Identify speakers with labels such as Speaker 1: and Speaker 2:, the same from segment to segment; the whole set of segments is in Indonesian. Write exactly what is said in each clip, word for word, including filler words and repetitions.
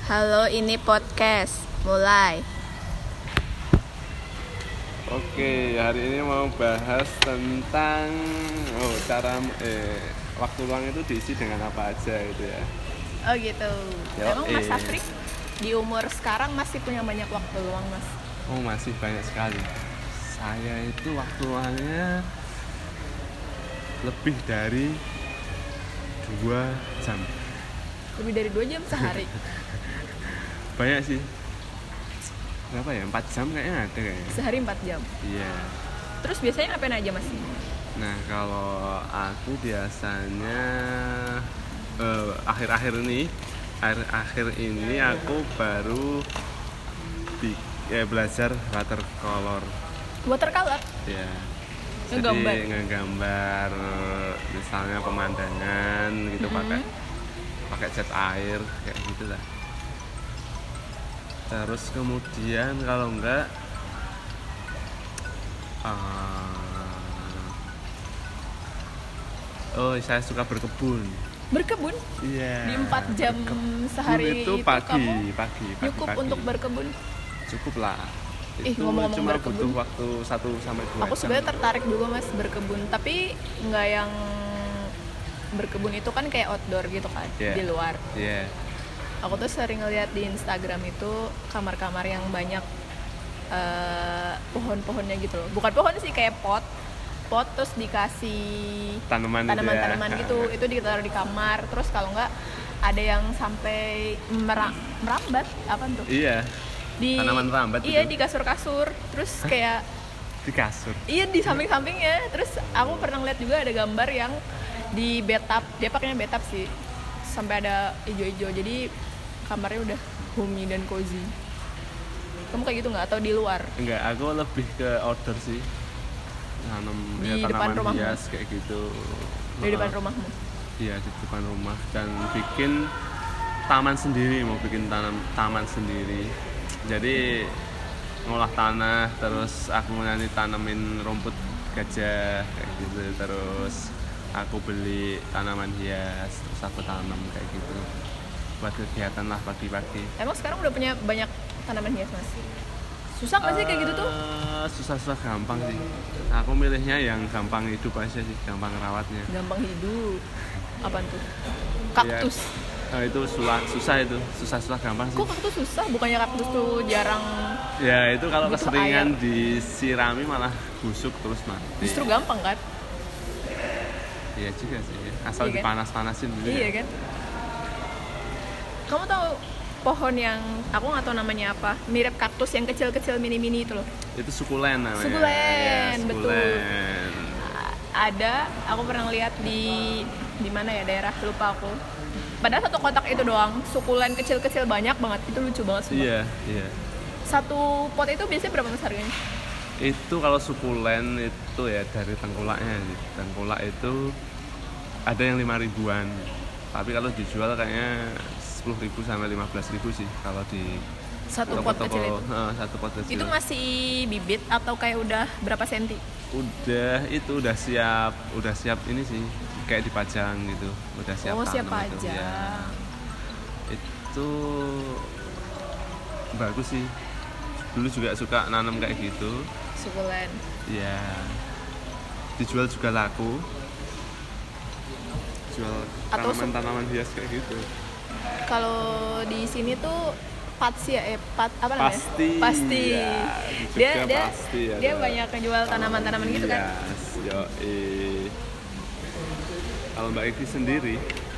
Speaker 1: Halo, ini podcast. Mulai.
Speaker 2: Oke, hari ini mau bahas tentang oh cara eh waktu luang itu diisi dengan apa aja gitu ya.
Speaker 1: Oh gitu.
Speaker 2: Yo,
Speaker 1: Emang Mas
Speaker 2: eh.
Speaker 1: Afrik di umur sekarang masih punya banyak waktu luang, Mas?
Speaker 2: Oh, masih banyak sekali. Saya itu waktu luangnya lebih dari dua jam.
Speaker 1: Lebih dari dua jam sehari.
Speaker 2: Banyak sih. Berapa ya? empat jam kayaknya ada kayaknya.
Speaker 1: Sehari empat jam.
Speaker 2: Iya.
Speaker 1: Terus biasanya ngapain aja, Mas?
Speaker 2: Nah, kalau aku biasanya eh, akhir-akhir ini akhir-akhir ini aku baru di, ya, belajar watercolor.
Speaker 1: Watercolor?
Speaker 2: Ya.
Speaker 1: Ngegambar?
Speaker 2: Jadi ngegambar misalnya pemandangan gitu,
Speaker 1: Mm-hmm.
Speaker 2: pakai pakai cat air kayak gitulah. Terus kemudian kalau enggak uh, oh saya suka berkebun.
Speaker 1: Berkebun?
Speaker 2: Iya.
Speaker 1: Di empat jam
Speaker 2: Berkebun
Speaker 1: sehari
Speaker 2: itu
Speaker 1: itu
Speaker 2: pagi,
Speaker 1: kamu
Speaker 2: pagi, pagi,
Speaker 1: cukup
Speaker 2: pagi.
Speaker 1: untuk berkebun?
Speaker 2: Cukup lah.
Speaker 1: Ih,
Speaker 2: Itu
Speaker 1: ngomong-ngomong
Speaker 2: cuma
Speaker 1: berkebun.
Speaker 2: butuh waktu satu sampai dua
Speaker 1: Aku
Speaker 2: jam.
Speaker 1: sebenarnya tertarik juga, Mas, berkebun, tapi nggak yang berkebun itu kan kayak outdoor gitu kan,
Speaker 2: Yeah.
Speaker 1: di luar.
Speaker 2: Iya.
Speaker 1: Aku tuh sering ngeliat di Instagram itu kamar-kamar yang banyak uh, pohon-pohonnya gitu loh. Bukan pohon sih, kayak pot, pot terus dikasih
Speaker 2: Tanaman,
Speaker 1: tanaman-tanaman
Speaker 2: itu ya.
Speaker 1: gitu. Itu ditaruh di kamar. Terus kalau nggak ada yang sampai mera- merambat, apa tuh?
Speaker 2: Iya.
Speaker 1: Di
Speaker 2: Tanaman merambat
Speaker 1: iya
Speaker 2: itu.
Speaker 1: di kasur-kasur. Terus kayak
Speaker 2: Di kasur.
Speaker 1: iya di samping-sampingnya. Terus aku pernah ngeliat juga ada gambar yang di bathtub. Dia pakainya bathtub sih. Sampai ada hijau-hijau. Jadi kamarnya udah homey dan cozy. Kamu kayak gitu nggak? Atau di luar?
Speaker 2: Enggak, aku lebih ke outdoor sih. Tanam
Speaker 1: Di
Speaker 2: ya,
Speaker 1: depan
Speaker 2: tanaman
Speaker 1: rumahmu?
Speaker 2: hias kayak gitu.
Speaker 1: Di depan
Speaker 2: Heeh.
Speaker 1: rumahmu?
Speaker 2: Iya, di depan rumah, dan bikin taman sendiri, mau bikin tanam taman sendiri. Jadi ngolah tanah, terus aku nanti tanemin rumput gajah kayak gitu, terus aku beli tanaman hias, terus aku tanam kayak gitu buat kegiatan lah pagi-pagi.
Speaker 1: Emang sekarang udah punya banyak tanaman hias, Mas? Susah nggak sih kayak gitu tuh?
Speaker 2: Eh, susah-susah gampang sih. Aku milihnya yang gampang hidup aja sih, gampang rawatnya.
Speaker 1: Gampang hidup. Apaan tuh? Kaktus.
Speaker 2: Ya, eh, itu susah, susah itu, susah-susah gampang sih.
Speaker 1: Kok kaktus susah? Bukannya kaktus tuh jarang.
Speaker 2: Ya itu kalau
Speaker 1: butuh
Speaker 2: keseringan
Speaker 1: air.
Speaker 2: disirami malah busuk terus mati.
Speaker 1: Justru gampang kan?
Speaker 2: Iya juga sih, asal
Speaker 1: Iya kan?
Speaker 2: dipanas-panasin gitu.
Speaker 1: Iya
Speaker 2: ya.
Speaker 1: kan? Kamu tahu pohon yang aku nggak tahu namanya apa, mirip kaktus yang kecil-kecil mini-mini itu loh.
Speaker 2: Itu sukulen namanya.
Speaker 1: Sukulen,
Speaker 2: Ya,
Speaker 1: betul.
Speaker 2: sukulen.
Speaker 1: A- Ada, aku pernah lihat di di mana ya daerah, lupa aku. Padahal satu kotak itu doang, sukulen kecil-kecil banyak banget, itu lucu banget sumpah.
Speaker 2: Iya, iya.
Speaker 1: Satu pot itu biasanya berapa mas harganya?
Speaker 2: Itu kalau sukulen itu ya dari tengkulaknya. Tengkulak itu ada yang lima ribuan. Tapi kalau dijual kayaknya sepuluh ribu sampai lima belas ribu sih kalau di
Speaker 1: Satu pot
Speaker 2: toko-toko.
Speaker 1: kecil itu.
Speaker 2: Heeh, satu pot kecil.
Speaker 1: Itu masih bibit atau kayak udah berapa senti?
Speaker 2: Udah, itu udah siap, udah siap ini sih, kayak dipajang gitu, udah siap
Speaker 1: Oh, siap
Speaker 2: tanam itu.
Speaker 1: pajang.
Speaker 2: Ya. Itu bagus sih. Dulu juga suka nanam kayak gitu.
Speaker 1: Sukulen.
Speaker 2: Ya. Dijual juga laku. Jual
Speaker 1: Atau su-
Speaker 2: tanaman-tanaman hias kayak gitu.
Speaker 1: Kalau di sini tuh patsi ya, eh, pat apa namanya?
Speaker 2: Pasti.
Speaker 1: Pasti.
Speaker 2: Ya,
Speaker 1: dia
Speaker 2: juga
Speaker 1: dia
Speaker 2: pasti
Speaker 1: dia
Speaker 2: ada
Speaker 1: banyak ngejual tanaman-tanaman gitu kan?
Speaker 2: hias, yoi. Kalau Mbak Eki sendiri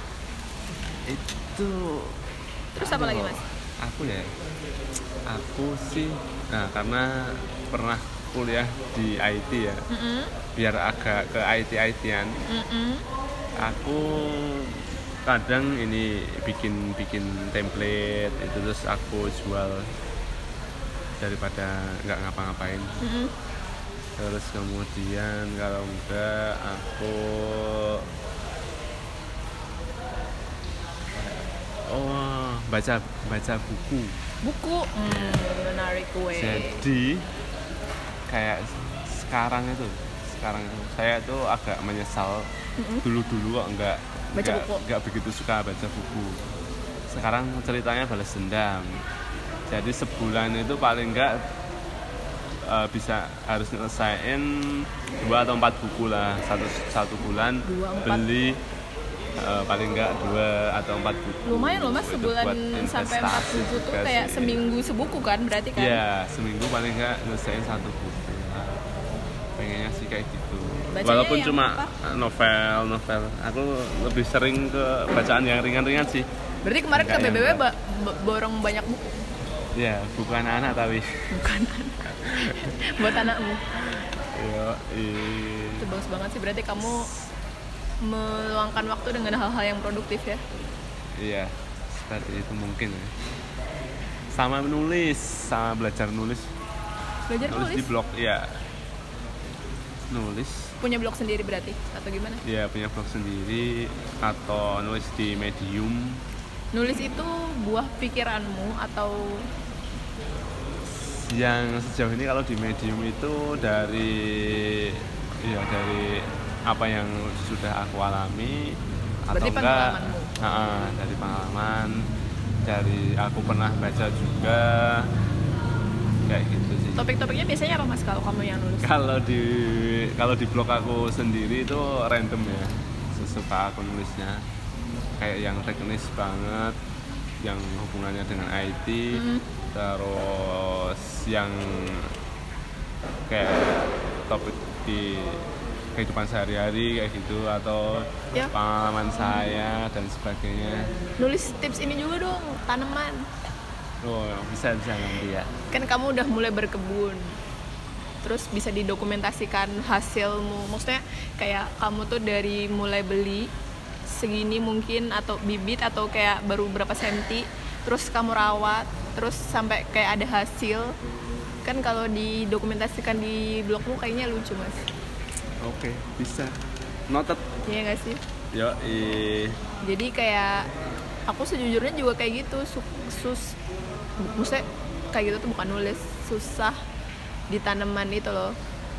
Speaker 2: itu
Speaker 1: Terus apa lagi mas?
Speaker 2: aku ya aku sih nah karena pernah kuliah di I T ya,
Speaker 1: Mm-mm.
Speaker 2: biar agak ke I T I T-an,
Speaker 1: Mm-mm.
Speaker 2: aku kadang ini bikin bikin template itu terus aku jual daripada nggak ngapa-ngapain.
Speaker 1: Mm-mm.
Speaker 2: Terus kemudian kalau enggak aku oh baca baca buku.
Speaker 1: Buku, hmm, menarik kue.
Speaker 2: Jadi kayak sekarang itu sekarang itu saya tuh agak menyesal
Speaker 1: Mm-mm.
Speaker 2: dulu-dulu kok enggak
Speaker 1: Baca
Speaker 2: enggak,
Speaker 1: buku.
Speaker 2: enggak begitu suka baca buku. sekarang ceritanya balas dendam. Jadi sebulan itu paling enggak uh, bisa harus nyelesain dua atau empat buku lah satu satu bulan.
Speaker 1: Dua, empat.
Speaker 2: Beli uh, paling enggak dua atau empat buku.
Speaker 1: Lumayan loh mas, sebulan sampai empat buku tuh kayak seminggu sebuku kan berarti kan?
Speaker 2: Iya, seminggu paling enggak nyelesain satu buku. Pengennya sih kayak gitu.
Speaker 1: Bacanya
Speaker 2: walaupun cuma
Speaker 1: apa?
Speaker 2: novel novel aku lebih sering ke bacaan yang ringan-ringan sih.
Speaker 1: Berarti kemarin
Speaker 2: Enggak
Speaker 1: ke B B W
Speaker 2: yang
Speaker 1: ba- b- borong banyak buku?
Speaker 2: Ya buku anak-anak tapi
Speaker 1: Bukan anak buat anakmu.
Speaker 2: Yo,
Speaker 1: Itu bagus banget sih, berarti kamu meluangkan waktu dengan hal-hal yang produktif ya?
Speaker 2: iya seperti itu mungkin ya. Sama menulis, sama belajar nulis.
Speaker 1: Belajar
Speaker 2: Nulis
Speaker 1: nulis?
Speaker 2: di blog, ya. Nulis.
Speaker 1: Punya blog sendiri berarti? Atau gimana?
Speaker 2: Ya punya blog sendiri atau nulis di Medium.
Speaker 1: Nulis itu buah pikiranmu atau
Speaker 2: Yang sejauh ini kalau di Medium itu dari ya dari apa yang sudah aku alami atau
Speaker 1: Berarti
Speaker 2: enggak
Speaker 1: pengalamanmu?
Speaker 2: Nah, dari pengalaman, dari aku pernah baca juga kayak gitu sih.
Speaker 1: topik-topiknya biasanya apa mas kalau kamu yang nulis?
Speaker 2: Kalau di kalau di blog aku sendiri itu random ya, sesuka aku nulisnya kayak yang teknis banget, yang hubungannya dengan I T,
Speaker 1: Mm-hmm.
Speaker 2: terus yang kayak topik di kehidupan sehari-hari kayak gitu atau
Speaker 1: Ya.
Speaker 2: pengalaman saya dan sebagainya.
Speaker 1: Nulis tips ini juga dong, tanaman.
Speaker 2: Oh bisa bisa nanti ya.
Speaker 1: Kan kamu udah mulai berkebun, terus bisa didokumentasikan hasilmu. Maksudnya kayak kamu tuh dari mulai beli segini mungkin atau bibit atau kayak baru berapa senti, terus kamu rawat, terus sampai kayak ada hasil. Kan kalau didokumentasikan di blogmu kayaknya lucu mas.
Speaker 2: Oke bisa. Noted.
Speaker 1: Iya nggak sih?
Speaker 2: Yo eh.
Speaker 1: Jadi kayak aku sejujurnya juga kayak gitu, su- sus, maksudnya kayak gitu tuh bukan nulis, susah di tanaman itu loh,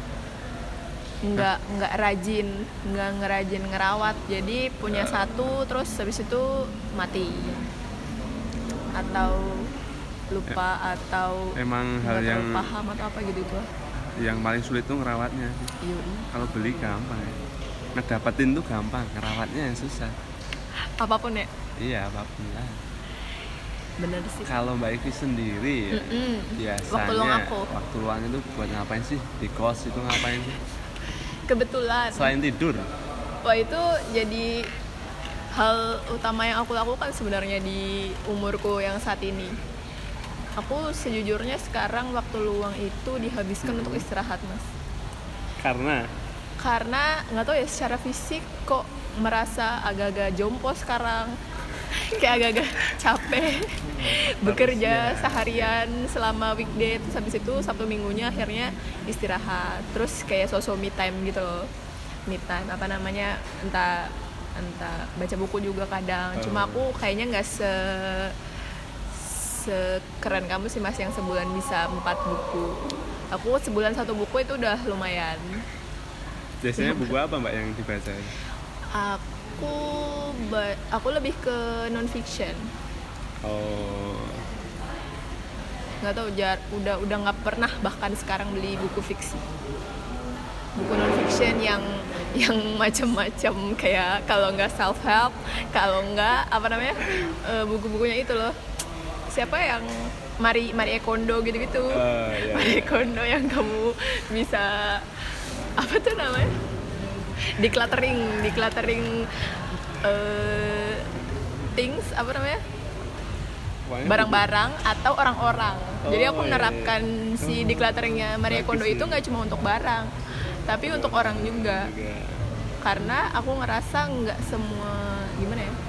Speaker 1: nggak nggak rajin, nggak ngerajin ngerawat, jadi punya satu terus habis itu mati atau lupa atau
Speaker 2: Emang hal
Speaker 1: nggak
Speaker 2: yang
Speaker 1: terlalu paham atau apa gitu tuh.
Speaker 2: yang paling sulit tuh ngerawatnya.
Speaker 1: Iya,
Speaker 2: Kalau beli gampang ya. Ngedapetin tuh gampang, ngerawatnya yang susah.
Speaker 1: apapun ya,
Speaker 2: Iya apapun lah.
Speaker 1: bener sih.
Speaker 2: Kalau Mbak Ivi sendiri ya,
Speaker 1: Mm-mm.
Speaker 2: biasanya
Speaker 1: Waktu luang aku.
Speaker 2: waktu luang itu buat ngapain sih? Di kos itu ngapain sih?
Speaker 1: Kebetulan
Speaker 2: Selain tidur.
Speaker 1: wah itu jadi hal utama yang aku lakukan sebenarnya di umurku yang saat ini. Aku sejujurnya sekarang waktu luang itu dihabiskan untuk istirahat mas.
Speaker 2: Karena
Speaker 1: Karena nggak tahu ya, secara fisik kok merasa agak-agak jompo sekarang. Kayak agak-agak capek bekerja seharian selama weekday, terus habis itu Sabtu minggunya akhirnya istirahat, terus kayak sosok me time gitu loh. Me time apa namanya, entah entah baca buku juga kadang. Cuma aku kayaknya nggak se sekeren kamu sih mas yang sebulan bisa empat buku. Aku sebulan satu buku itu udah lumayan.
Speaker 2: biasanya buku apa Mbak yang dibaca?
Speaker 1: Aku ba- aku lebih ke non fiction.
Speaker 2: Oh,
Speaker 1: Nggak tahu, jar udah udah nggak pernah bahkan sekarang beli buku fiksi. Buku non fiction yang yang macam-macam, kayak kalau nggak self help, kalau nggak apa namanya eh, buku-bukunya itu loh. Siapa yang Marie Marie Kondo gitu-gitu.
Speaker 2: Oh, iya.
Speaker 1: Marie Kondo yang kamu bisa apa tuh namanya? Decluttering, decluttering eh, things apa namanya?
Speaker 2: pokoknya
Speaker 1: Barang-barang atau orang-orang. Jadi aku
Speaker 2: Oh, iya,
Speaker 1: menerapkan
Speaker 2: iya.
Speaker 1: si declutteringnya Marie
Speaker 2: Bagus
Speaker 1: Kondo
Speaker 2: sih.
Speaker 1: itu nggak cuma untuk barang, tapi untuk orang juga.
Speaker 2: buku juga.
Speaker 1: Karena aku ngerasa nggak semua gimana ya?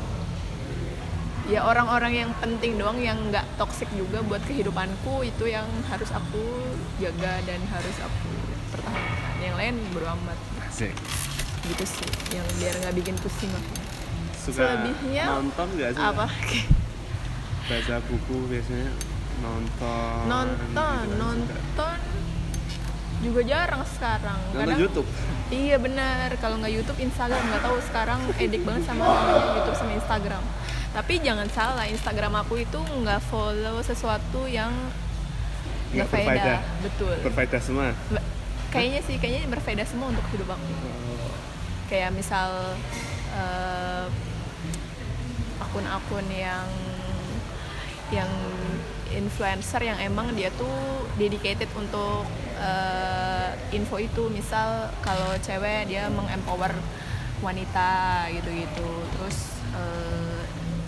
Speaker 1: Ya orang-orang yang penting doang, yang nggak toksik juga buat kehidupanku, itu yang harus aku jaga dan harus aku pertahankan. Yang lain bodo amat
Speaker 2: Asik.
Speaker 1: gitu sih, yang biar nggak bikin pusing aku.
Speaker 2: Suka
Speaker 1: Selebihnya
Speaker 2: nonton nggak sih?
Speaker 1: Apa?
Speaker 2: Baca buku biasanya nonton.
Speaker 1: Nonton,
Speaker 2: gitu kan,
Speaker 1: nonton juga jarang sekarang.
Speaker 2: suka. Nonton YouTube.
Speaker 1: Iya benar, kalau nggak YouTube Instagram, nggak tahu sekarang edik banget sama namanya YouTube sama Instagram. Tapi jangan salah, Instagram aku itu nggak follow sesuatu yang nggak
Speaker 2: Nggak berfaedah.
Speaker 1: faedah. Betul.
Speaker 2: Berfaedah semua.
Speaker 1: Ba- kayaknya sih, kayaknya berfaedah semua untuk hidup aku.
Speaker 2: Oh.
Speaker 1: Kayak misal eh, akun-akun yang yang influencer yang emang dia tuh dedicated untuk eh, info itu. Misal kalau cewek dia mengempower wanita gitu-gitu. Terus eh,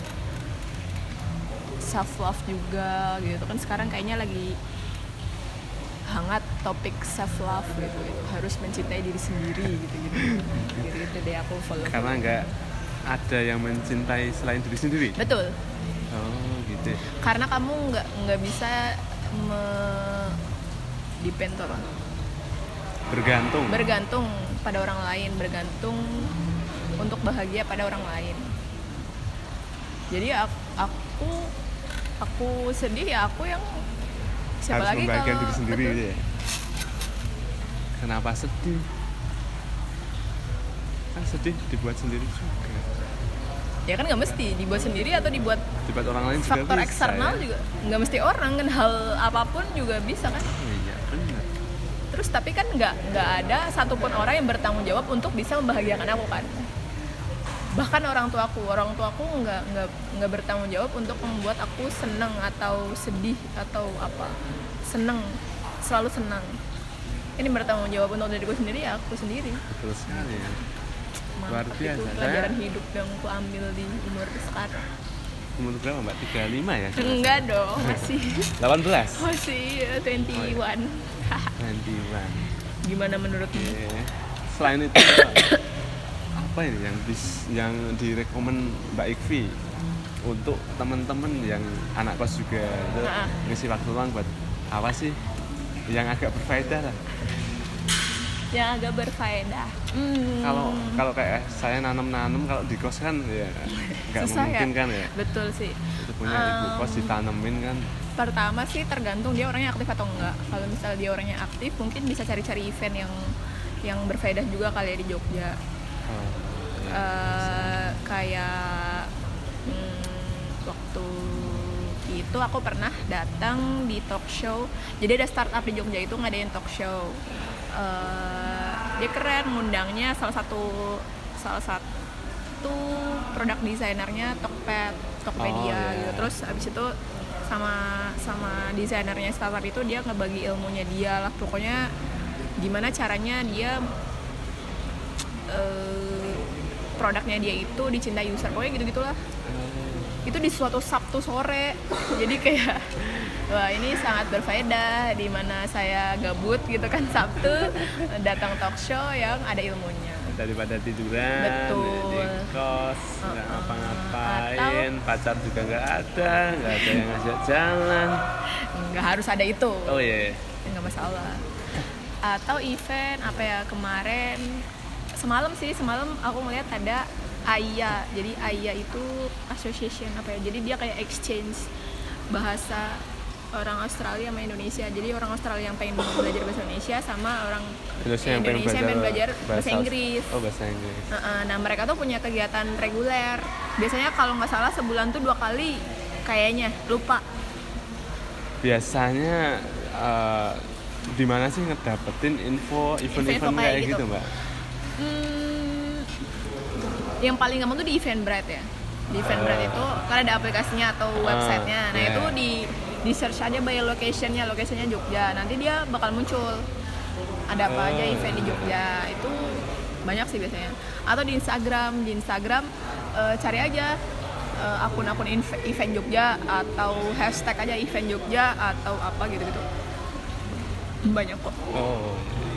Speaker 1: self love juga gitu kan, sekarang kayaknya lagi hangat topik self love gitu, gitu. Harus mencintai diri sendiri gitu gitu gitu, gitu deh aku follow.
Speaker 2: Karena nggak ada yang mencintai selain diri sendiri.
Speaker 1: Betul,
Speaker 2: Oh gitu.
Speaker 1: karena kamu nggak nggak bisa me depend tuh apa?
Speaker 2: Bergantung.
Speaker 1: bergantung pada orang lain, bergantung untuk bahagia pada orang lain. Jadi aku aku, aku sedih ya aku yang siapa
Speaker 2: Harus
Speaker 1: lagi
Speaker 2: membahagiakan
Speaker 1: kalau
Speaker 2: diri sendiri
Speaker 1: betul.
Speaker 2: gitu ya. Kenapa sedih? Kan sedih dibuat sendiri juga.
Speaker 1: Ya kan nggak mesti dibuat sendiri atau dibuat
Speaker 2: Dibuat orang lain juga
Speaker 1: faktor
Speaker 2: bisa,
Speaker 1: eksternal
Speaker 2: ya?
Speaker 1: juga nggak mesti orang kan, hal apapun juga bisa kan.
Speaker 2: Oh, iya benar.
Speaker 1: Terus tapi kan nggak nggak ada satupun orang yang bertanggung jawab untuk bisa membahagiakan aku kan. Bahkan orang tuaku orang tuaku nggak nggak nggak bertanggung jawab untuk membuat aku senang atau sedih atau apa. Senang, selalu senang. Ini bertanggung jawab untuk diriku sendiri ya aku sendiri.
Speaker 2: Betul sekali ya. Luar
Speaker 1: Mantap,
Speaker 2: biasa.
Speaker 1: itu
Speaker 2: Saya-
Speaker 1: pelajaran hidup yang aku ambil di umur sekarang.
Speaker 2: Umur berapa mbak? tiga puluh lima ya?
Speaker 1: Enggak dong, masih
Speaker 2: delapan belas?
Speaker 1: masih dua puluh satu.
Speaker 2: Gantian.
Speaker 1: Gimana menurutmu?
Speaker 2: Oke. Selain itu apa ini yang bis, yang direkomen Mbak Ikvi untuk teman-teman yang anak kos juga itu
Speaker 1: Nah.
Speaker 2: ngisi waktu luang buat apa sih yang agak berfaedah lah?
Speaker 1: Yang agak berfaedah. Hmm,
Speaker 2: Kalau kalau kayak saya nanam-nanam kalau di kos kan ya nggak
Speaker 1: susah
Speaker 2: mungkin
Speaker 1: ya?
Speaker 2: kan ya.
Speaker 1: Betul sih.
Speaker 2: Itu punya ibu
Speaker 1: Um,
Speaker 2: kos ditanemin kan.
Speaker 1: Pertama sih tergantung dia orangnya aktif atau enggak. Kalau misal dia orangnya aktif, mungkin bisa cari-cari event yang yang berfaedah juga kali ya di Jogja.
Speaker 2: Oh, iya.
Speaker 1: Eh, kayak hmm, waktu itu aku pernah datang di talk show. Jadi ada startup di Jogja itu ngadain talk show. Eh, dia keren, ngundangnya salah satu salah satu produk desainernya Tokped, Tokopedia
Speaker 2: Oh, iya.
Speaker 1: gitu. Terus abis itu sama sama desainernya startup itu dia ngebagi ilmunya dia lah. Pokoknya gimana caranya dia eh, produknya dia itu dicintai user, pokoknya gitu gitulah. Itu di suatu Sabtu sore, jadi kayak wah ini sangat berfaedah, di mana saya gabut gitu kan Sabtu datang talk show yang ada ilmunya.
Speaker 2: Daripada tiduran
Speaker 1: Betul.
Speaker 2: di kos nggak
Speaker 1: Uh-uh.
Speaker 2: ngapa-ngapain, pacar juga nggak ada, nggak ada yang ngajak jalan.
Speaker 1: Nggak harus ada itu,
Speaker 2: Oh iya.
Speaker 1: nggak masalah. Atau event apa ya kemarin, semalam sih semalam aku ngeliat ada A I A. Jadi A I A itu association apa ya, jadi dia kayak exchange bahasa orang Australia sama Indonesia. Jadi orang Australia yang pengen belajar bahasa Indonesia sama orang
Speaker 2: Indonesia yang pengen
Speaker 1: Indonesia yang pengen belajar bahasa
Speaker 2: Aus-
Speaker 1: Inggris.
Speaker 2: Oh bahasa Inggris.
Speaker 1: Nah, nah mereka tuh punya kegiatan reguler. Biasanya kalau nggak salah sebulan tuh dua kali, kayaknya lupa.
Speaker 2: Biasanya eh, di mana sih ngedapetin info event-event
Speaker 1: Info
Speaker 2: kayak
Speaker 1: kayak
Speaker 2: gitu,
Speaker 1: gitu.
Speaker 2: mbak?
Speaker 1: Hmm, yang paling gampang tuh di Eventbrite ya. Di Eventbrite itu kan ada aplikasinya atau websitenya. Nah
Speaker 2: yeah.
Speaker 1: itu di di search aja by locationnya, locationnya Jogja. Nanti dia bakal muncul ada apa aja
Speaker 2: Oh.
Speaker 1: event di Jogja. Itu banyak sih biasanya. Atau di Instagram, di Instagram eh, cari aja eh, akun-akun inv- event Jogja atau hashtag aja event Jogja atau apa gitu-gitu. Banyak kok.
Speaker 2: Oh.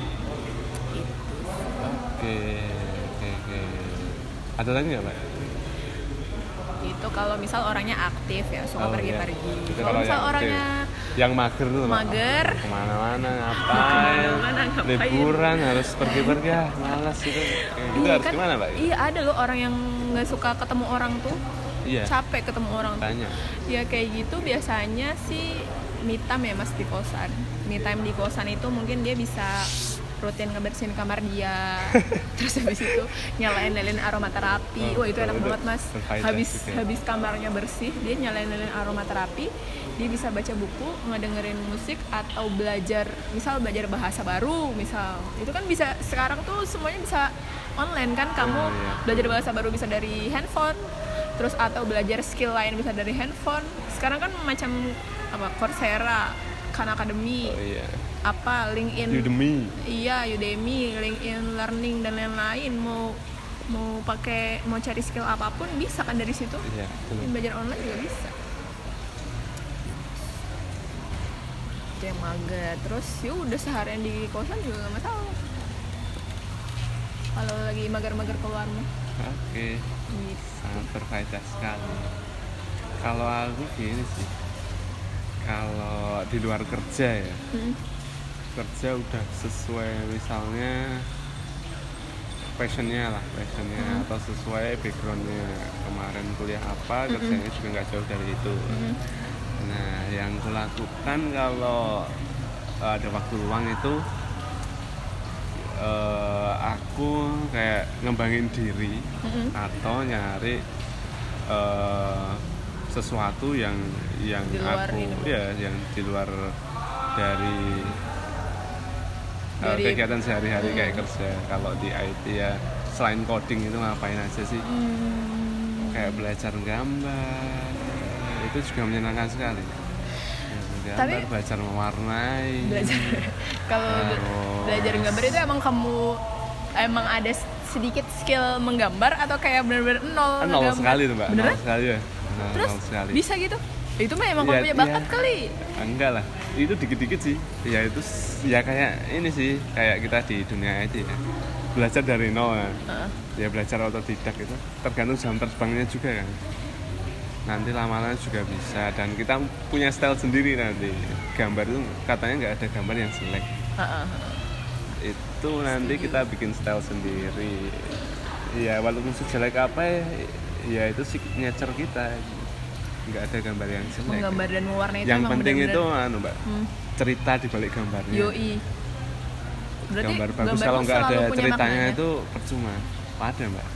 Speaker 2: Oke, oke, oke. Ada lagi nggak, mbak?
Speaker 1: Itu kalau misal orangnya aktif ya, suka
Speaker 2: Oh,
Speaker 1: pergi-pergi.
Speaker 2: iya. Itu
Speaker 1: Kalau misal
Speaker 2: yang
Speaker 1: orangnya
Speaker 2: aktif. Yang mager tuh, Mbak.
Speaker 1: mager,
Speaker 2: Kemana-mana ngapain?
Speaker 1: Kemana-mana ngapain?
Speaker 2: Liburan harus pergi-pergi, ah malas gitu. Kayak gitu
Speaker 1: iya
Speaker 2: harus
Speaker 1: kan,
Speaker 2: gimana, mbak?
Speaker 1: iya ada loh orang yang nggak suka ketemu orang tuh,
Speaker 2: Iya.
Speaker 1: capek ketemu orang tuh.
Speaker 2: Tanya.
Speaker 1: Ya kayak gitu biasanya sih me time ya mas di kosan. Me time di kosan itu mungkin dia bisa rutin ngebersihin kamar dia. Terus habis itu nyalain lilin aromaterapi.
Speaker 2: Oh,
Speaker 1: Wah, itu enak
Speaker 2: udah
Speaker 1: banget mas.
Speaker 2: berfaedah
Speaker 1: Habis
Speaker 2: juga.
Speaker 1: habis kamarnya bersih, dia nyalain lilin aromaterapi. Dia bisa baca buku, ngedengerin musik, atau belajar, misal belajar bahasa baru, misal itu kan bisa sekarang tuh semuanya bisa online kan, kamu
Speaker 2: Oh, iya.
Speaker 1: belajar bahasa baru bisa dari handphone, terus atau belajar skill lain bisa dari handphone. Sekarang kan macam apa, Coursera, Khan Academy,
Speaker 2: Oh iya.
Speaker 1: apa LinkedIn,
Speaker 2: Udemy.
Speaker 1: iya Udemy, LinkedIn Learning dan lain-lain. Mau mau pakai mau cari skill apapun bisa kan dari situ.
Speaker 2: Iya, betul.
Speaker 1: Belajar online juga bisa. Itu yang mager. Terus ya udah seharian di kosan juga nggak masalah. Kalau lagi mager-mager keluar mah.
Speaker 2: Oke,
Speaker 1: Gitu.
Speaker 2: sangat berfaedah sekali. Kalau aku gini sih, kalau di luar kerja ya,
Speaker 1: Hmm.
Speaker 2: kerja udah sesuai misalnya passionnya lah, passionnya
Speaker 1: Hmm.
Speaker 2: atau sesuai backgroundnya, kemarin kuliah apa, kerjanya juga nggak jauh dari itu.
Speaker 1: Hmm.
Speaker 2: Nah, yang kulakukan kalau ada waktu luang itu eh, aku kayak ngembangin diri
Speaker 1: Hmm.
Speaker 2: atau nyari eh, sesuatu yang yang
Speaker 1: Di luar
Speaker 2: aku
Speaker 1: ini.
Speaker 2: ya yang di luar dari, eh,
Speaker 1: Dari-
Speaker 2: kegiatan sehari-hari
Speaker 1: Hmm.
Speaker 2: kayak kerja. Kalau di I T ya selain coding itu ngapain aja sih?
Speaker 1: Hmm.
Speaker 2: Kayak belajar gambar itu juga menyenangkan sekali. Belajar gambar,
Speaker 1: Tapi-
Speaker 2: belajar mewarnai.
Speaker 1: Belajar kalau be-
Speaker 2: Terus-
Speaker 1: belajar gambar itu emang kamu emang ada sedikit skill menggambar atau kayak bener-bener nol
Speaker 2: Kan nol
Speaker 1: ngegambar?
Speaker 2: sekali tuh mbak,
Speaker 1: Beneran?
Speaker 2: nol sekali ya. Nah,
Speaker 1: Terus
Speaker 2: nol sekali.
Speaker 1: bisa gitu? Itu mah emang
Speaker 2: Ya,
Speaker 1: kamu punya bakat
Speaker 2: ya.
Speaker 1: kali.
Speaker 2: Enggak lah, itu dikit-dikit sih. Ya itu s- ya kayak ini sih, kayak kita di dunia I T ya. Belajar dari nol ya.
Speaker 1: Heeh.
Speaker 2: Ya belajar otodidak itu tergantung jam terbangnya juga kan. Nanti lama-lama juga bisa, dan kita punya style sendiri nanti. Gambar itu katanya nggak ada gambar yang jelek.
Speaker 1: Heeh.
Speaker 2: Itu nanti kita bikin style sendiri. Ya walaupun sejelek apa ya, ya itu signature kita. Nggak ada gambar yang jelek.
Speaker 1: Menggambar dan mewarnai itu
Speaker 2: Yang
Speaker 1: emang
Speaker 2: penting itu
Speaker 1: bener-bener-
Speaker 2: anu mbak,
Speaker 1: Hmm.
Speaker 2: cerita di balik gambarnya.
Speaker 1: Yoi. Berarti
Speaker 2: Gambar bagus
Speaker 1: gambar
Speaker 2: kalau
Speaker 1: tuh
Speaker 2: nggak ada
Speaker 1: selalu punya
Speaker 2: ceritanya
Speaker 1: maknanya.
Speaker 2: itu percuma. Pada mbak,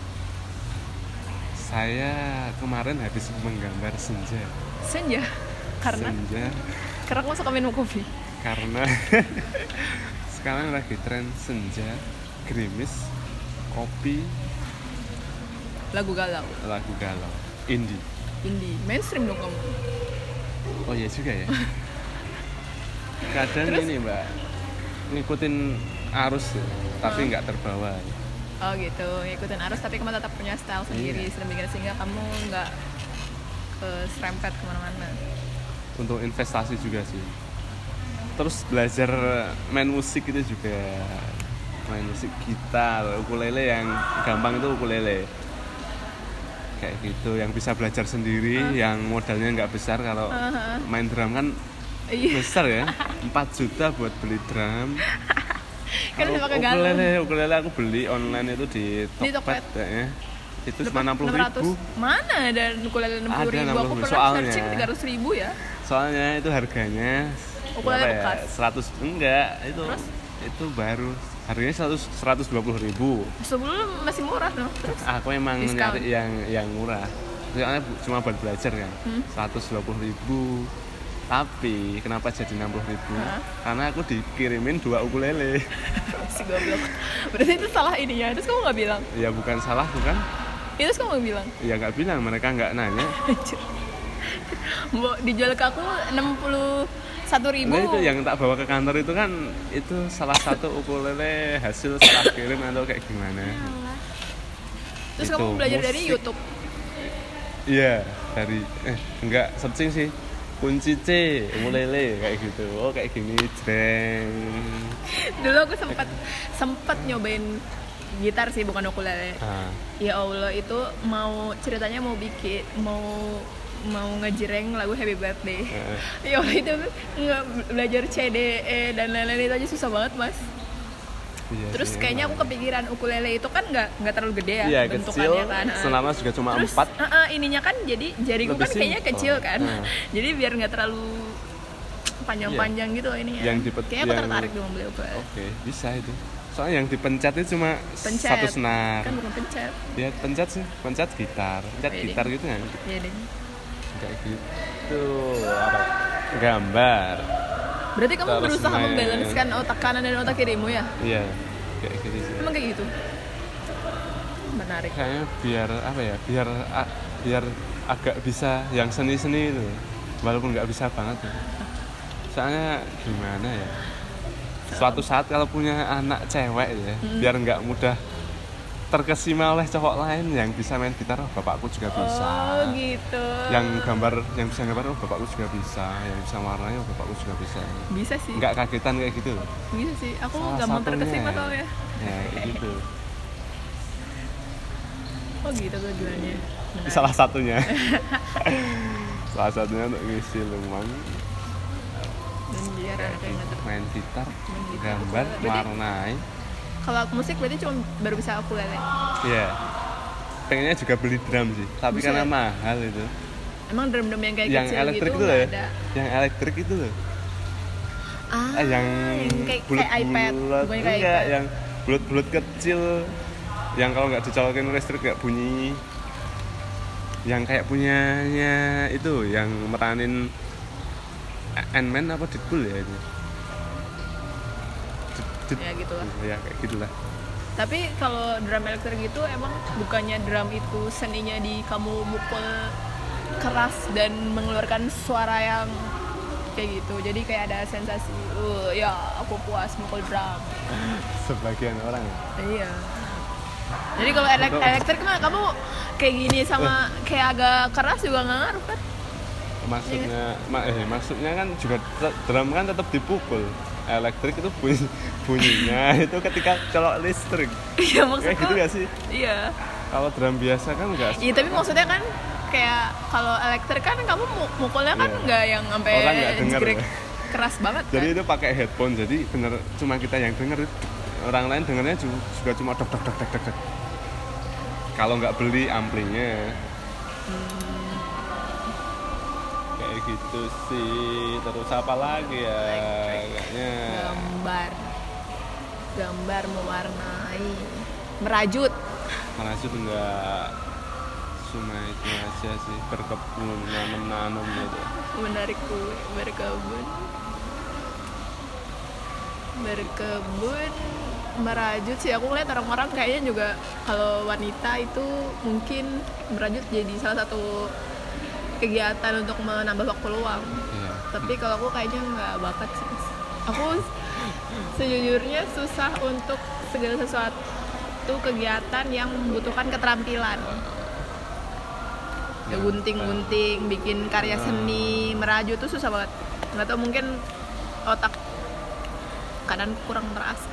Speaker 2: saya kemarin habis menggambar senja.
Speaker 1: Senja. Karena
Speaker 2: Senja
Speaker 1: karena kamu suka minum kopi.
Speaker 2: karena sekarang lagi tren senja, gerimis, kopi,
Speaker 1: Lagu galau,
Speaker 2: lagu galau, indie.
Speaker 1: indie, mainstream dong kamu.
Speaker 2: Oh iya juga ya. Kadang
Speaker 1: Terus?
Speaker 2: ini mbak, ngikutin arus tapi
Speaker 1: Hmm.
Speaker 2: nggak terbawa.
Speaker 1: Oh gitu, ngikutin arus tapi kamu tetap punya style sendiri
Speaker 2: Iya.
Speaker 1: sedemikian sehingga kamu nggak ke serempet kemana-mana.
Speaker 2: Untuk investasi juga sih. Terus belajar main musik itu juga, main musik gitar, ukulele, yang gampang itu ukulele kayak gitu, yang bisa belajar sendiri, yang modalnya nggak besar. Kalau
Speaker 1: Uh-huh.
Speaker 2: main drum kan
Speaker 1: Iya,
Speaker 2: besar ya, empat juta buat beli drum.
Speaker 1: kan udah pakai galon.
Speaker 2: ukulele, ukulele aku beli online itu di
Speaker 1: Di
Speaker 2: Tokped
Speaker 1: Tokped.
Speaker 2: kayaknya. Itu cuma enam puluh ribu.
Speaker 1: Mana ada ukulele enam puluh ribu?
Speaker 2: Ada
Speaker 1: Aku
Speaker 2: enam puluh.
Speaker 1: pernah
Speaker 2: Soalnya-
Speaker 1: searching tiga ratus ribu ya.
Speaker 2: Soalnya itu harganya
Speaker 1: Ukulele
Speaker 2: berapa ya?
Speaker 1: bekas?
Speaker 2: seratus enggak, itu
Speaker 1: Terus?
Speaker 2: itu baru harganya seratus seratus dua puluh ribu.
Speaker 1: Sebelum masih murah no. Terus
Speaker 2: Aku emang
Speaker 1: Discount.
Speaker 2: nyari yang yang murah. Soalnya bu- cuma buat belajar kan.
Speaker 1: Hmm.
Speaker 2: seratus dua puluh ribu. Tapi kenapa jadi enam puluh ribu?
Speaker 1: Hah?
Speaker 2: Karena aku dikirimin dua ukulele.
Speaker 1: si goblok. Berarti itu salah ininya. Terus kamu nggak bilang?
Speaker 2: Ya bukan salahku kan?
Speaker 1: Itu kamu nggak bilang?
Speaker 2: Ya nggak bilang, mereka nggak nanya.
Speaker 1: Mau dijual ke aku enam puluh satu ribu.
Speaker 2: Nah, itu yang tak bawa ke kantor itu kan itu salah satu ukulele hasil salah kirim atau kayak gimana.
Speaker 1: Terus
Speaker 2: Itu,
Speaker 1: kamu belajar dari
Speaker 2: musik.
Speaker 1: YouTube.
Speaker 2: Iya, dari eh enggak searching sih. Kunci C, ukulele kayak gitu. Oh, kayak gini, jreng.
Speaker 1: Dulu aku sempat sempat nyobain gitar sih, bukan ukulele.
Speaker 2: Ah,
Speaker 1: Ya Allah, itu mau ceritanya mau bikin mau mau ngejreng lagu Happy Birthday.
Speaker 2: eh,
Speaker 1: Ya Allah, itu nggak belajar C D E dan lain-lain itu aja susah banget mas.
Speaker 2: iya
Speaker 1: Terus
Speaker 2: sih,
Speaker 1: kayaknya aku
Speaker 2: emang.
Speaker 1: kepikiran ukulele itu kan nggak nggak terlalu gede ya
Speaker 2: Iya,
Speaker 1: bentukannya
Speaker 2: kecil,
Speaker 1: kan.
Speaker 2: selama juga cuma
Speaker 1: Terus
Speaker 2: empat.
Speaker 1: uh, uh, ininya kan jadi jariku
Speaker 2: Lebih
Speaker 1: kan kayaknya
Speaker 2: simpel.
Speaker 1: kecil kan.
Speaker 2: Nah.
Speaker 1: Jadi biar nggak terlalu panjang-panjang gitu ini ya.
Speaker 2: Yang dipet-
Speaker 1: Kayaknya aku
Speaker 2: yang-
Speaker 1: tertarik dengan beli ukulele.
Speaker 2: Oke, bisa itu. Soalnya yang dipencet itu cuma
Speaker 1: Pencet.
Speaker 2: satu senar.
Speaker 1: Kan bukan pencet.
Speaker 2: Ya pencet sih, pencet gitar, pencet
Speaker 1: Oh, iya,
Speaker 2: gitar
Speaker 1: ding.
Speaker 2: gitu kan.
Speaker 1: Iya deh.
Speaker 2: Kayak gitu. Apa? Gambar.
Speaker 1: Berarti kamu
Speaker 2: Terus
Speaker 1: berusaha
Speaker 2: main.
Speaker 1: membalancekan otak kanan dan otak kirimu ya?
Speaker 2: Iya, kayak gitu sih.
Speaker 1: Emang kayak gitu? Menarik.
Speaker 2: Kayaknya biar apa ya? Biar a- biar agak bisa yang seni-seni itu. Walaupun nggak bisa banget ya. Soalnya gimana ya? Suatu saat kalau punya anak cewek ya,
Speaker 1: Hmm.
Speaker 2: biar nggak mudah terkesima oleh cowok lain yang bisa main gitar, oh, bapakku juga bisa.
Speaker 1: Oh gitu.
Speaker 2: Yang gambar, yang bisa gambar, oh bapakku juga bisa. Yang bisa warnanya, oh bapakku juga bisa.
Speaker 1: Bisa sih.
Speaker 2: Nggak kagetan kayak gitu loh.
Speaker 1: Bisa sih. Aku
Speaker 2: Salah
Speaker 1: gampang
Speaker 2: satunya.
Speaker 1: terkesima soalnya.
Speaker 2: Ya kayak gitu.
Speaker 1: Oh gitu tujuannya. Menarik.
Speaker 2: Salah satunya. Salah satunya untuk ngisi luang.
Speaker 1: Dan biar anaknya nggak ter-
Speaker 2: Main gitar,
Speaker 1: Main gitar,
Speaker 2: gambar,
Speaker 1: berarti-
Speaker 2: warnai.
Speaker 1: Kalau musik berarti cuma baru bisa ukulele.
Speaker 2: Iya. Pengennya juga beli drum sih, tapi
Speaker 1: Buset.
Speaker 2: karena mahal itu.
Speaker 1: Emang drum-drum yang kayak
Speaker 2: Yang
Speaker 1: kecil
Speaker 2: elektrik
Speaker 1: gitu
Speaker 2: itu loh
Speaker 1: nggak
Speaker 2: ya.
Speaker 1: ada.
Speaker 2: Yang elektrik itu loh.
Speaker 1: Ah,
Speaker 2: Eh, yang
Speaker 1: kayak,
Speaker 2: bulat
Speaker 1: kayak iPad, bukan kayak
Speaker 2: enggak,
Speaker 1: iPad.
Speaker 2: yang bulat-bulat kecil. Yang kalau nggak dicolokin listrik nggak bunyi. Yang kayak punyanya itu, yang meranin Ant-Man apa Deadpool ya itu. Dead-
Speaker 1: Ya gitu lah.
Speaker 2: Ya kayak gitulah.
Speaker 1: Tapi kalau drum elektrik gitu emang bukannya drum itu seninya di kamu mukul keras dan mengeluarkan suara yang kayak gitu. Jadi kayak ada sensasi, uh ya aku puas mukul drum.
Speaker 2: Sebagian orang ya.
Speaker 1: Iya. Jadi kalau elek-
Speaker 2: Betul.
Speaker 1: elektrik mah kamu kayak gini sama kayak agak keras juga nggak ngaruh kan?
Speaker 2: Maksudnya, ma- eh, maksudnya kan juga te- drum kan tetap dipukul. Elektrik itu bunyi, bunyinya itu ketika colok listrik.
Speaker 1: Iya
Speaker 2: Kayak
Speaker 1: maksudku.
Speaker 2: gitu gak sih?
Speaker 1: Iya.
Speaker 2: Kalau drum biasa kan enggak.
Speaker 1: Iya tapi maksudnya kan kayak kalau elektrik kan kamu mu- mukulnya kan
Speaker 2: Iya.
Speaker 1: nggak yang sampai
Speaker 2: Orang nggak denger
Speaker 1: jegrek
Speaker 2: ya.
Speaker 1: keras banget kan?
Speaker 2: Jadi itu pakai headphone, jadi bener cuma kita yang denger. Orang lain dengernya ju- juga cuma dok dok dok dok dok. dok. Kalau nggak beli amplinya. Kayak gitu sih. Terus apa lagi ya? Kayaknya
Speaker 1: Gambar, gambar mewarnai, merajut.
Speaker 2: merajut enggak cuma itu aja sih, berkebun, nanam-nanam gitu.
Speaker 1: Menarik kue, berkebun, berkebun, merajut sih. Aku ngeliat orang-orang kayaknya juga kalau wanita itu mungkin merajut jadi salah satu kegiatan untuk menambah waktu luang.
Speaker 2: Iya.
Speaker 1: Tapi kalau aku kayaknya nggak bakat sih. Aku sejujurnya susah untuk segala sesuatu kegiatan yang membutuhkan keterampilan. Ya gunting-gunting, bikin karya seni, merajut tuh susah banget. Nggak tahu mungkin otak kanan kurang terasa.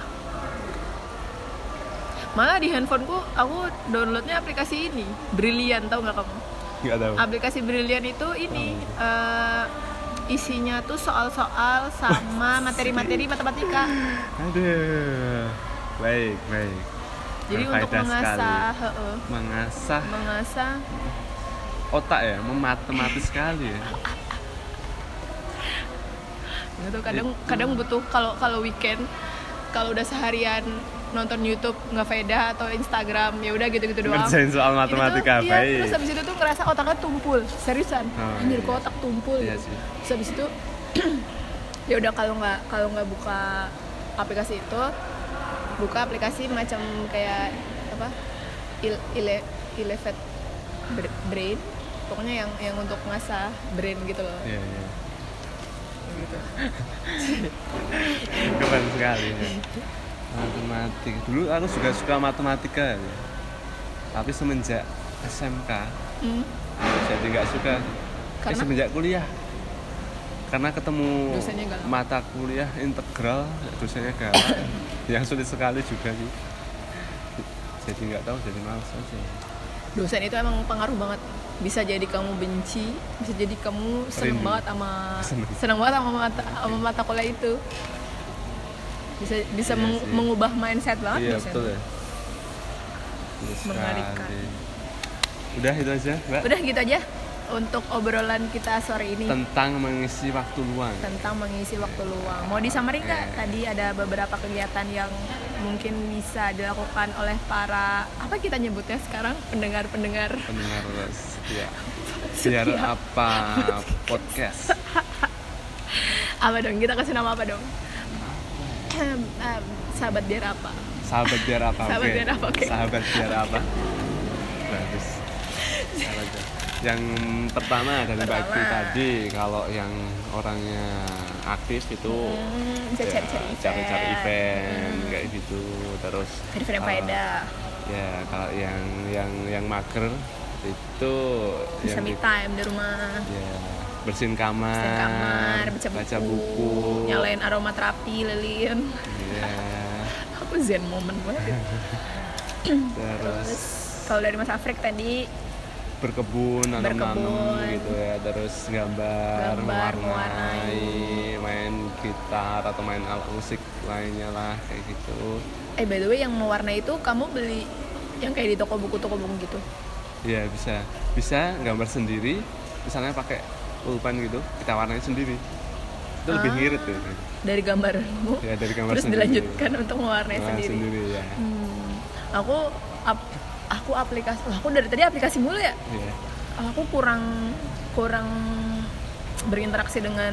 Speaker 1: Malah di handphoneku aku downloadnya aplikasi ini, Brilliant, tau nggak kamu?
Speaker 2: Nggak tahu.
Speaker 1: Aplikasi Brilliant itu ini eh, isinya tuh soal-soal sama materi-materi matematika.
Speaker 2: Aduh. Baik, baik.
Speaker 1: Jadi untuk
Speaker 2: Berfaedah
Speaker 1: mengasah,
Speaker 2: sekali.
Speaker 1: heeh,
Speaker 2: mengasah
Speaker 1: mengasah
Speaker 2: otak ya, mematematis sekali ya.
Speaker 1: gitu. Kadang kadang butuh kalau kalau weekend kalau udah seharian nonton YouTube nggak faedah atau Instagram ya udah gitu-gitu doang.
Speaker 2: Ngerjain soal matematika,
Speaker 1: Itu tuh, iya,
Speaker 2: baik.
Speaker 1: terus habis itu tuh ngerasa otaknya tumpul, seriusan.
Speaker 2: Oh,
Speaker 1: Anjir
Speaker 2: iya.
Speaker 1: kok otak tumpul.
Speaker 2: Iya
Speaker 1: gitu.
Speaker 2: sih.
Speaker 1: Terus habis itu ya udah kalau nggak kalau nggak buka aplikasi itu, buka aplikasi macam kayak apa? Il, ile, Elevate Brain. Pokoknya yang yang untuk ngasah brain gitu loh.
Speaker 2: Iya, iya.
Speaker 1: Gitu.
Speaker 2: Keren sekali ya. Matematika. Dulu aku juga suka matematika ya. Tapi semenjak S M K
Speaker 1: Hmm.
Speaker 2: jadi nggak suka. Eh,
Speaker 1: Karena?
Speaker 2: semenjak kuliah. Karena ketemu
Speaker 1: Dosennya galak.
Speaker 2: mata kuliah integral, dosennya galak. Yang sulit sekali juga sih. Jadi nggak tahu, jadi males aja.
Speaker 1: Dosen itu emang pengaruh banget. Bisa jadi kamu benci, bisa jadi kamu seneng
Speaker 2: Rindu.
Speaker 1: banget sama
Speaker 2: Seneng.
Speaker 1: seneng banget sama mata sama mata kuliah itu. Bisa bisa
Speaker 2: Iya
Speaker 1: meng-
Speaker 2: sih.
Speaker 1: mengubah mindset banget
Speaker 2: Iya
Speaker 1: dosen.
Speaker 2: betul ya. Betul
Speaker 1: Mengerikan.
Speaker 2: sekali. Udah itu aja, Mbak.
Speaker 1: Udah gitu aja untuk obrolan kita sore ini
Speaker 2: Tentang mengisi waktu luang.
Speaker 1: tentang mengisi waktu luang. Mau disamarin nggak?
Speaker 2: Oke.
Speaker 1: Tadi ada beberapa kegiatan yang mungkin bisa dilakukan oleh para apa kita nyebutnya sekarang pendengar-pendengar
Speaker 2: pendengar setia. Biar apa podcast?
Speaker 1: Apa dong? Kita kasih nama apa dong? Um, um, sahabat biar apa?
Speaker 2: Sahabat biar apa?
Speaker 1: Sahabat
Speaker 2: Oke.
Speaker 1: biar apa? Oke.
Speaker 2: Sahabat biar apa? Bagus. Sahabat biar- Yang pertama dari Mbak Kri
Speaker 1: Pertama.
Speaker 2: tadi, kalau yang orangnya aktif itu
Speaker 1: Hmm, bisa
Speaker 2: ya,
Speaker 1: cari-cari event.
Speaker 2: cari-cari event
Speaker 1: Hmm.
Speaker 2: kayak gitu. Terus
Speaker 1: Event yang
Speaker 2: kalau-
Speaker 1: faedah.
Speaker 2: ya kalau yang yang yang mager itu
Speaker 1: Bisa
Speaker 2: yang
Speaker 1: me
Speaker 2: di-
Speaker 1: time di rumah.
Speaker 2: ya bersihin kamar,
Speaker 1: Bersihin kamar, baca buku,
Speaker 2: baca buku.
Speaker 1: nyalain aromaterapi lilin.
Speaker 2: Ya,
Speaker 1: Aku zen moment banget.
Speaker 2: terus
Speaker 1: Terus kalau dari Mas Afrik tadi
Speaker 2: berkebun, nanam-nanam
Speaker 1: Berkebun.
Speaker 2: gitu ya, terus gambar,
Speaker 1: Gambar,
Speaker 2: mewarnai, main gitar atau main alat musik lainnya lah kayak gitu.
Speaker 1: eh by the way yang mewarnai itu kamu beli yang kayak di toko buku toko buku gitu.
Speaker 2: Ya bisa, bisa gambar sendiri, misalnya pakai pulpen gitu, kita warnai sendiri. Itu lebih
Speaker 1: Ah.
Speaker 2: ngirit tuh.
Speaker 1: Dari gambarmu.
Speaker 2: Ya dari gambar
Speaker 1: Terus
Speaker 2: sendiri.
Speaker 1: dilanjutkan untuk mewarnai
Speaker 2: Nah,
Speaker 1: sendiri.
Speaker 2: sendiri ya.
Speaker 1: Hmm, aku ap- aku aplikasi, wah, aku dari tadi aplikasi mulu ya.
Speaker 2: Iya.
Speaker 1: Aku kurang kurang berinteraksi dengan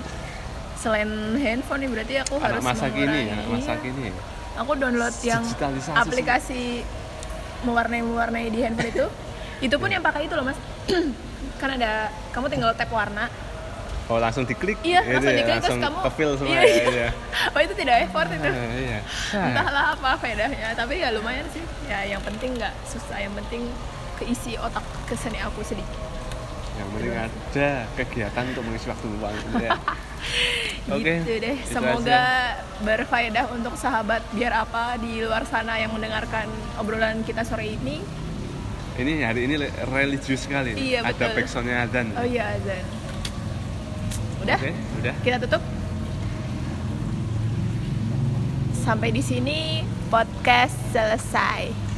Speaker 1: selain handphone nih, berarti aku
Speaker 2: Anak
Speaker 1: harus
Speaker 2: masa kini,
Speaker 1: mengurangi.
Speaker 2: anak masa kini.
Speaker 1: Aku download yang
Speaker 2: Digitalisasi
Speaker 1: aplikasi mewarnai-mewarnai di handphone itu. Itu pun yang pakai itu loh Mas. Kan ada, kamu tinggal tap warna.
Speaker 2: Oh langsung diklik,
Speaker 1: Iya,
Speaker 2: gitu
Speaker 1: langsung
Speaker 2: ya,
Speaker 1: diklik terus
Speaker 2: langsung
Speaker 1: kamu.
Speaker 2: ke-fill semua
Speaker 1: Iya,
Speaker 2: ya.
Speaker 1: iya.
Speaker 2: Iya.
Speaker 1: Oh itu tidak effort itu.
Speaker 2: Ah, iya. Ah,
Speaker 1: Entahlah apa faedahnya, tapi ya lumayan sih. Ya yang penting nggak susah, yang penting keisi otak keseni aku sedikit.
Speaker 2: yang penting ada kegiatan untuk mengisi waktu luang gitu ya. Oke,
Speaker 1: Gitu deh.
Speaker 2: itu
Speaker 1: Semoga
Speaker 2: aja.
Speaker 1: berfaedah untuk sahabat biar apa di luar sana yang mendengarkan obrolan kita sore ini.
Speaker 2: Ini hari ini religius sekali. nih.
Speaker 1: Iya,
Speaker 2: Ada
Speaker 1: betul.
Speaker 2: backsoundnya adzan.
Speaker 1: Oh iya azan. Udah?
Speaker 2: Oke, udah.
Speaker 1: Kita tutup. Sampai di sini podcast selesai.